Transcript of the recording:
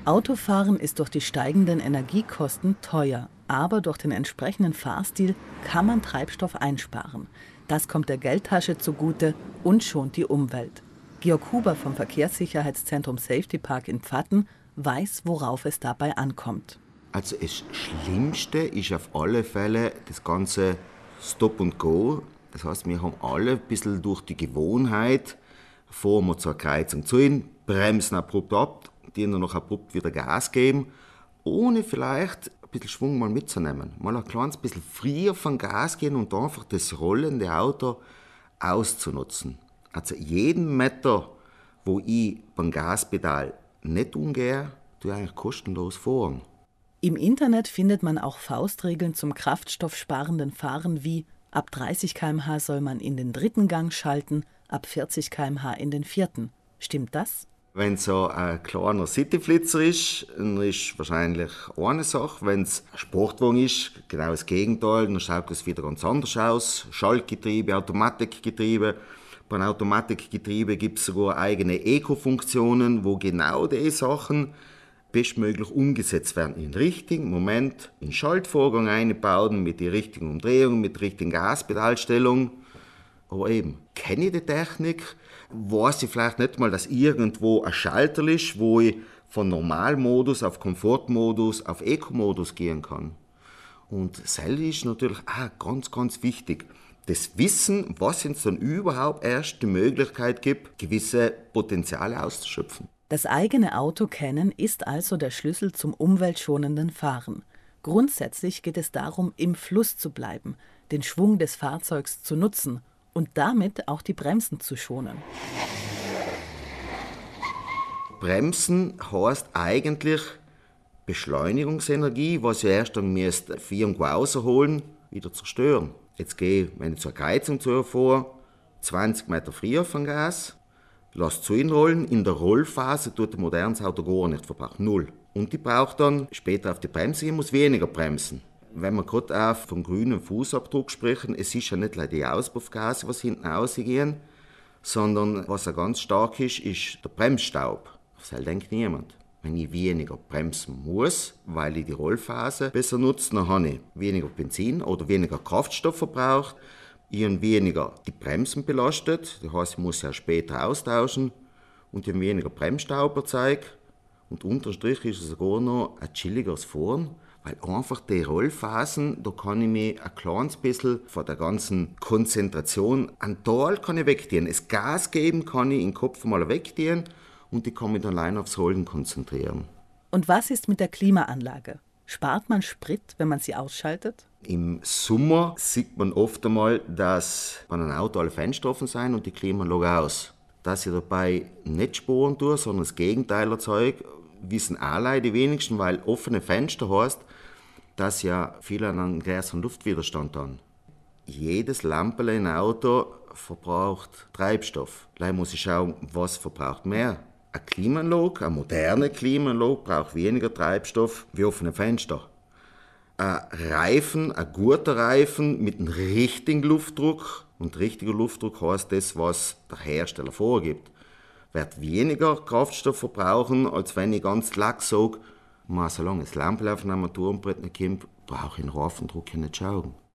Autofahren ist durch die steigenden Energiekosten teuer, aber durch den entsprechenden Fahrstil kann man Treibstoff einsparen. Das kommt der Geldtasche zugute und schont die Umwelt. Georg Huber vom Verkehrssicherheitszentrum Safety Park in Pfatten weiß, worauf es dabei ankommt. Also das Schlimmste ist auf alle Fälle das ganze Stop and Go. Das heißt, wir haben alle ein bisschen durch die Gewohnheit, fahren wir zur Kreuzung zu hin, bremsen abrupt ab, die dann noch abrupt wieder Gas geben, ohne vielleicht ein bisschen Schwung mal mitzunehmen. Mal ein kleines bisschen früher vom Gas gehen und einfach das rollende Auto auszunutzen. Also jeden Meter, wo ich beim Gaspedal nicht umgehe, tue ich eigentlich kostenlos fahren. Im Internet findet man auch Faustregeln zum kraftstoffsparenden Fahren wie: ab 30 km/h soll man in den dritten Gang schalten, ab 40 km/h in den vierten. Stimmt das? Wenn es so ein kleiner Cityflitzer ist, dann ist wahrscheinlich eine Sache. Wenn es ein Sportwagen ist, genau das Gegenteil, dann schaut es wieder ganz anders aus. Schaltgetriebe, Automatikgetriebe. Bei einem Automatikgetriebe gibt es sogar eigene Eco-Funktionen, wo genau diese Sachen bestmöglich umgesetzt werden. In den richtigen Moment in den Schaltvorgang einbauen, mit der richtigen Umdrehung, mit der richtigen Gaspedalstellung. Aber eben, kenne ich die Technik, weiß ich vielleicht nicht mal, dass irgendwo ein Schalter ist, wo ich von Normalmodus auf Komfortmodus auf Eco-Modus gehen kann. Und das ist natürlich auch ganz, ganz wichtig. Das Wissen, was uns dann überhaupt erst die Möglichkeit gibt, gewisse Potenziale auszuschöpfen. Das eigene Auto kennen ist also der Schlüssel zum umweltschonenden Fahren. Grundsätzlich geht es darum, im Fluss zu bleiben, den Schwung des Fahrzeugs zu nutzen und damit auch die Bremsen zu schonen. Bremsen heißt eigentlich Beschleunigungsenergie, was ich erst dann irgendwo rausholen, wieder zerstören. Jetzt gehe ich, wenn ich zur Kreuzung fahre, 20 Meter früher vom Gas, lasse zu rollen. In der Rollphase tut ein modernes Auto gar nicht verbrauchen, null. Und ich brauche dann später auf die Bremse, ich muss weniger bremsen. Wenn wir gerade auch vom grünen Fußabdruck sprechen, es ist ja nicht nur die Auspuffgase, was hinten rausgehen, sondern was ja ganz stark ist der Bremsstaub. Das denkt niemand. Wenn ich weniger bremsen muss, weil ich die Rollphase besser nutze, dann habe ich weniger Benzin oder weniger Kraftstoff verbraucht. Ich habe weniger die Bremsen belastet, das heißt, ich muss ja später austauschen und ich habe weniger Bremsstaub erzeugt. Und unterm Strich ist es sogar noch ein chilligeres Fahren, weil einfach die Rollphasen, da kann ich mich ein kleines bisschen von der ganzen Konzentration an Tal kann ich wegdienen. Das Gas geben kann ich im Kopf mal wegdienen und ich kann mich dann allein aufs Rollen konzentrieren. Und was ist mit der Klimaanlage? Spart man Sprit, wenn man sie ausschaltet? Im Sommer sieht man oft einmal, dass bei einem Auto alle Fenster offen sind und die Klimaanlage aus. Dass ich dabei nicht sparen tue, sondern das Gegenteil erzeuge, wissen alle die wenigsten, weil offene Fenster heißt, dass ja viele einen größeren Luftwiderstand haben. Jedes Lamperl in einem Auto verbraucht Treibstoff. Gleich muss ich schauen, was verbraucht mehr. Eine Klimaanlage, eine moderne Klimaanlage braucht weniger Treibstoff wie offene Fenster. Ein guter Reifen mit einem richtigen Luftdruck, und richtiger Luftdruck heißt das, was der Hersteller vorgibt, wird weniger Kraftstoff verbrauchen, als wenn ich ganz lax sage, solange das Lampe auf einem Armaturenbrett nicht kommt, brauche ich den Reifendruck nicht schauen.